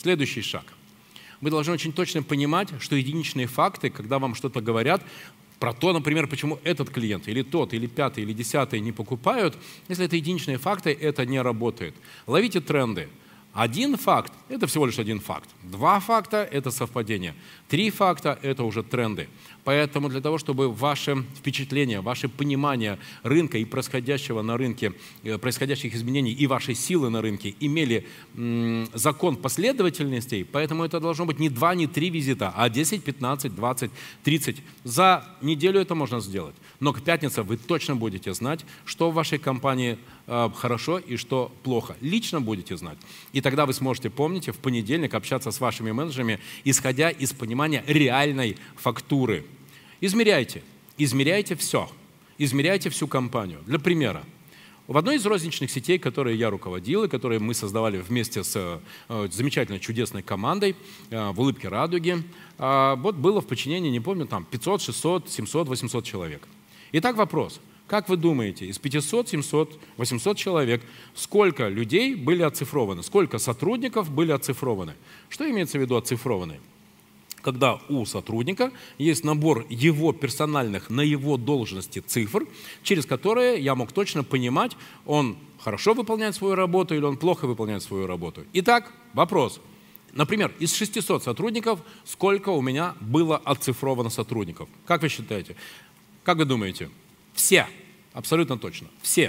Следующий шаг. Вы должны очень точно понимать, что единичные факты, когда вам что-то говорят, про то, например, почему этот клиент, или тот, или пятый, или десятый не покупают, если это единичные факты, это не работает. Ловите тренды. Один факт – это всего лишь один факт. Два факта – это совпадение. Три факта – это уже тренды. Поэтому для того, чтобы ваше впечатление, ваше понимание рынка и происходящего на рынке, происходящих изменений и вашей силы на рынке имели закон последовательностей, поэтому это должно быть не 2, не 3 визита, а 10, 15, 20, 30. За неделю это можно сделать. Но к пятнице вы точно будете знать, что в вашей компании хорошо и что плохо. Лично будете знать. И тогда вы сможете, помните, в понедельник общаться с вашими менеджерами, исходя из понимания реальной фактуры. Измеряйте. Измеряйте все. Измеряйте всю компанию. Для примера. В одной из розничных сетей, которые я руководил, и которые мы создавали вместе с замечательной, чудесной командой в «Улыбке радуги», вот было в подчинении, не помню, там 500, 600, 700, 800 человек. Итак, вопрос. Как вы думаете, из 500, 700, 800 человек, сколько людей были оцифрованы? Сколько сотрудников были оцифрованы? Что имеется в виду оцифрованы? Когда у сотрудника есть набор его персональных на его должности цифр, через которые я мог точно понимать, он хорошо выполняет свою работу или он плохо выполняет свою работу. Итак, вопрос. Например, из 600 сотрудников сколько у меня было оцифровано сотрудников? Как вы считаете? Как вы думаете? Все. Абсолютно точно. Все.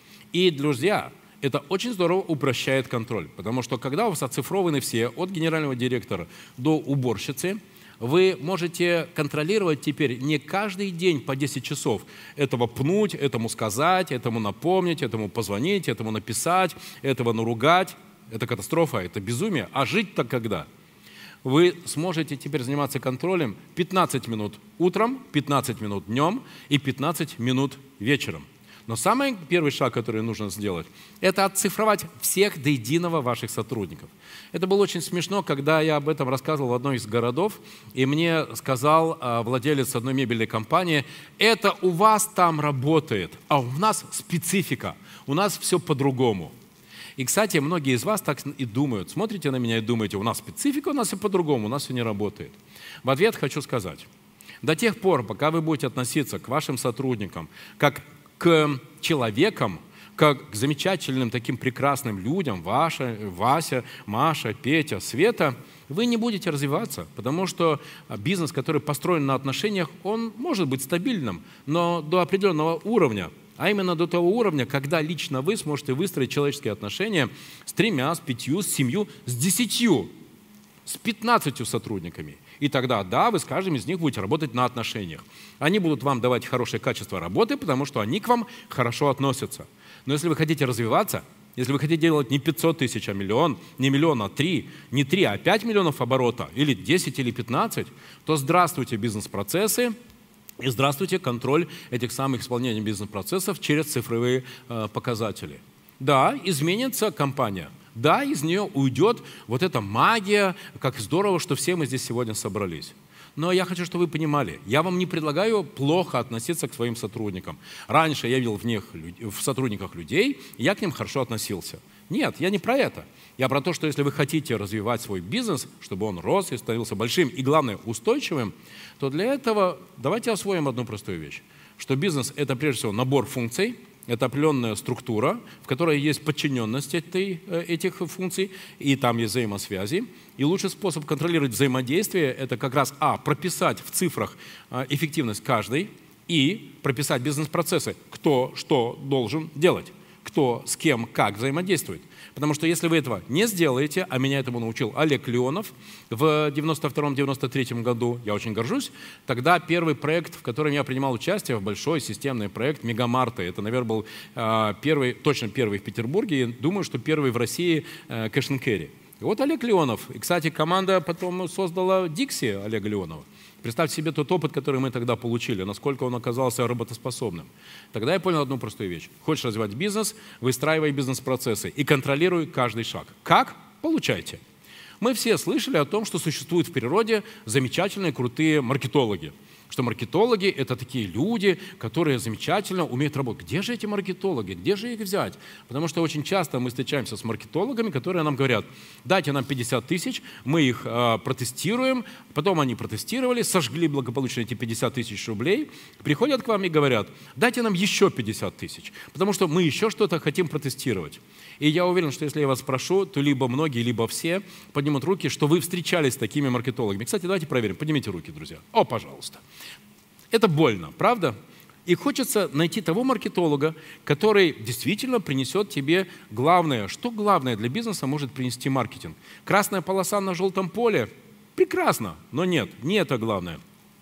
И, друзья, это очень здорово упрощает контроль, потому что когда у вас оцифрованы все, от генерального директора до уборщицы, вы можете контролировать теперь не каждый день по 10 часов. Этого пнуть, этому сказать, этому напомнить, этому позвонить, этому написать, этого наругать. Это катастрофа, это безумие. А жить-то когда? Вы сможете теперь заниматься контролем 15 минут утром, 15 минут днем и 15 минут вечером. Но самый первый шаг, который нужно сделать, это отцифровать всех до единого ваших сотрудников. Это было очень смешно, когда я об этом рассказывал в одном из городов, и мне сказал владелец одной мебельной компании: это у вас там работает, а у нас специфика, у нас все по-другому. И, кстати, многие из вас так и думают. Смотрите на меня и думаете: у нас специфика, у нас все по-другому, у нас все не работает. В ответ хочу сказать: до тех пор, пока вы будете относиться к вашим сотрудникам как к человекам, как к замечательным таким прекрасным людям, Вася, Маша, Петя, Света, вы не будете развиваться, потому что бизнес, который построен на отношениях, он может быть стабильным, но до определенного уровня. А именно до того уровня, когда лично вы сможете выстроить человеческие отношения с 3, с 5, с 7, с 10, с 15 сотрудниками. И тогда, да, вы с каждым из них будете работать на отношениях. Они будут вам давать хорошее качество работы, потому что они к вам хорошо относятся. Но если вы хотите развиваться, если вы хотите делать не 500 тысяч, а миллион, не миллион, а 3, не 3, а 5 миллионов оборота, или 10, или 15, то здравствуйте бизнес-процессы, и здравствуйте, контроль этих самых исполнений бизнес-процессов через цифровые показатели. Да, изменится компания. Да, из нее уйдет вот эта магия, как здорово, что все мы здесь сегодня собрались. Но я хочу, чтобы вы понимали, я вам не предлагаю плохо относиться к своим сотрудникам. Раньше я видел в сотрудниках людей, и я к ним хорошо относился. Нет, я не про это. Я про то, что если вы хотите развивать свой бизнес, чтобы он рос и становился большим и, главное, устойчивым, то для этого давайте освоим одну простую вещь, что бизнес – это прежде всего набор функций, это определенная структура, в которой есть подчиненность этих функций, и там есть взаимосвязи. И лучший способ контролировать взаимодействие – это как раз прописать в цифрах эффективность каждой и прописать бизнес-процессы, кто что должен делать, кто с кем как взаимодействует. Потому что если вы этого не сделаете, а меня этому научил Олег Леонов в 92-93 году, я очень горжусь, тогда первый проект, в котором я принимал участие, в большой системный проект Мегамарта, это, наверное, был точно первый в Петербурге, и думаю, что первый в России Cash and Carry. И вот Олег Леонов. И, кстати, команда потом создала Dixie Олега Леонова. Представьте себе тот опыт, который мы тогда получили, насколько он оказался работоспособным. Тогда я понял одну простую вещь. Хочешь развивать бизнес, выстраивай бизнес-процессы и контролируй каждый шаг. Как? Получайте. Мы все слышали о том, что существуют в природе замечательные, крутые маркетологи. что маркетологи – это такие люди, которые замечательно умеют работать. Где же эти маркетологи? Где же их взять? Потому что очень часто мы встречаемся с маркетологами, которые нам говорят: дайте нам 50 тысяч, мы их протестируем. Потом они протестировали, сожгли благополучно эти 50 тысяч рублей, приходят к вам и говорят: дайте нам еще 50 тысяч, потому что мы еще что-то хотим протестировать. И я уверен, что если я вас спрошу, то либо многие, либо все поднимут руки, что вы встречались с такими маркетологами. Кстати, давайте проверим. Поднимите руки, друзья. О, пожалуйста. Это больно, правда? И хочется найти того маркетолога, который действительно принесет тебе главное. Что главное для бизнеса может принести маркетинг? Красная полоса на желтом поле? Прекрасно, но нет, не это главное.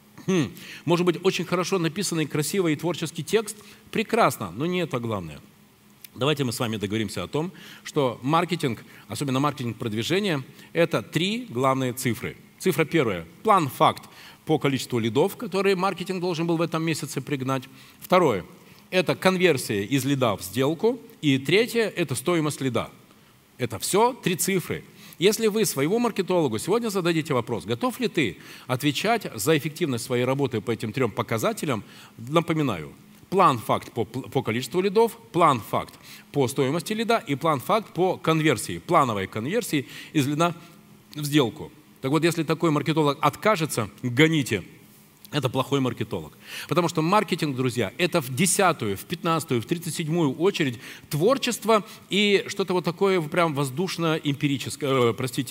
Может быть, очень хорошо написанный, красивый и творческий текст? Прекрасно, но не это главное. Давайте мы с вами договоримся о том, что маркетинг, особенно маркетинг продвижения, это 3 главные цифры. Цифра первая – план-факт по количеству лидов, которые маркетинг должен был в этом месяце пригнать. Второе – это конверсия из лида в сделку. И третье – это стоимость лида. Это все 3 цифры. Если вы своему маркетологу сегодня зададите вопрос: готов ли ты отвечать за эффективность своей работы по этим 3 показателям, напоминаю: план-факт по количеству лидов, план-факт по стоимости лида и план-факт по конверсии, плановой конверсии из лида в сделку. Так вот, если такой маркетолог откажется, гоните. Это плохой маркетолог. Потому что маркетинг, друзья, это в 10-ю, в 15-ю, в 37-ю очередь творчество и что-то вот такое прям воздушно-эмпирическое,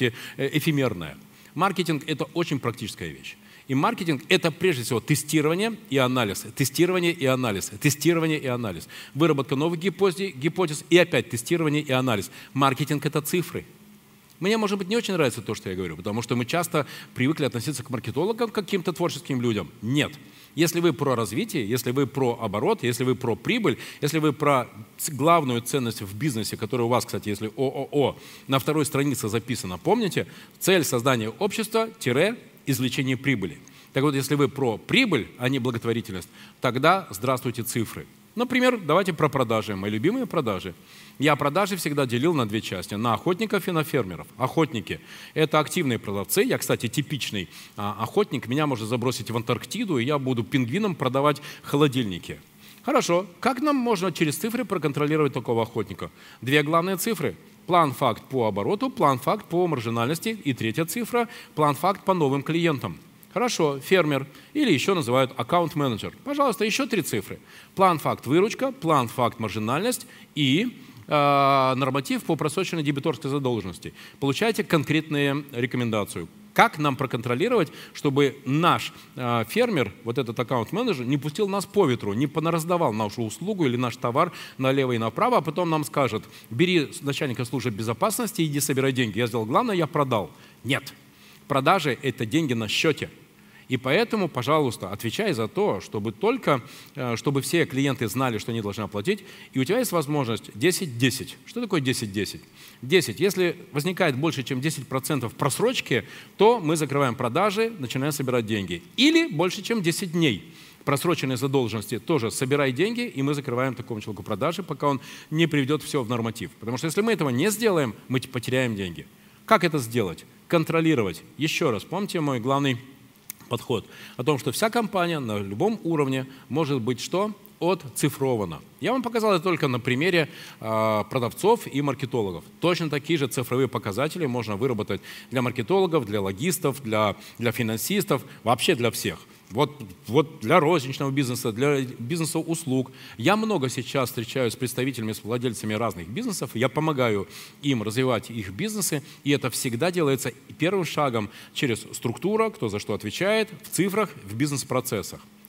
эфемерное. Маркетинг – это очень практическая вещь. И маркетинг – это прежде всего тестирование и анализ, тестирование и анализ, тестирование и анализ. Выработка новых гипотез и опять тестирование и анализ. Маркетинг – это цифры. Мне, может быть, не очень нравится то, что я говорю, потому что мы часто привыкли относиться к маркетологам как к каким-то творческим людям. Нет. Если вы про развитие, если вы про оборот, если вы про прибыль, если вы про главную ценность в бизнесе, которая у вас, кстати, если ООО, на 2-й странице записано, помните? Цель создания общества – извлечение прибыли. Так вот, если вы про прибыль, а не благотворительность, тогда здравствуйте цифры. Например, давайте про продажи, мои любимые продажи. Я продажи всегда делил на 2 части, на охотников и на фермеров. Охотники – это активные продавцы. Я, кстати, типичный охотник. Меня можно забросить в Антарктиду, и я буду пингвинам продавать холодильники. Хорошо. Как нам можно через цифры проконтролировать такого охотника? 2 главные цифры. План-факт по обороту, план-факт по маржинальности. И 3-я цифра – план-факт по новым клиентам. Хорошо, фермер, или еще называют аккаунт-менеджер. Пожалуйста, еще 3 цифры. План-факт выручка, план-факт маржинальность и норматив по просроченной дебиторской задолженности. Получаете конкретную рекомендацию. Как нам проконтролировать, чтобы наш фермер, вот этот аккаунт-менеджер, не пустил нас по ветру, не понараздавал нашу услугу или наш товар налево и направо, а потом нам скажет: бери начальника службы безопасности, иди собирай деньги. Я сделал главное, я продал. Нет. Продажи – это деньги на счете. И поэтому, пожалуйста, отвечай за то, чтобы все клиенты знали, что они должны оплатить. И у тебя есть возможность 10-10. Что такое 10-10? 10. Если возникает больше, чем 10% просрочки, то мы закрываем продажи, начинаем собирать деньги. Или больше, чем 10 дней просроченной задолженности, тоже собирай деньги, и мы закрываем такому человеку продажи, пока он не приведет все в норматив. Потому что если мы этого не сделаем, мы потеряем деньги. Как это сделать? Контролировать. Еще раз, помните мой главный подход о том, что вся компания на любом уровне может быть что? Отцифрована. Я вам показал это только на примере продавцов и маркетологов. Точно такие же цифровые показатели можно выработать для маркетологов, для логистов, для финансистов, вообще для всех. Вот для розничного бизнеса, для бизнеса услуг. Я много сейчас встречаюсь с представителями, с владельцами разных бизнесов. Я помогаю им развивать их бизнесы. И это всегда делается первым шагом через структуру, кто за что отвечает, в цифрах, в бизнес-процессах.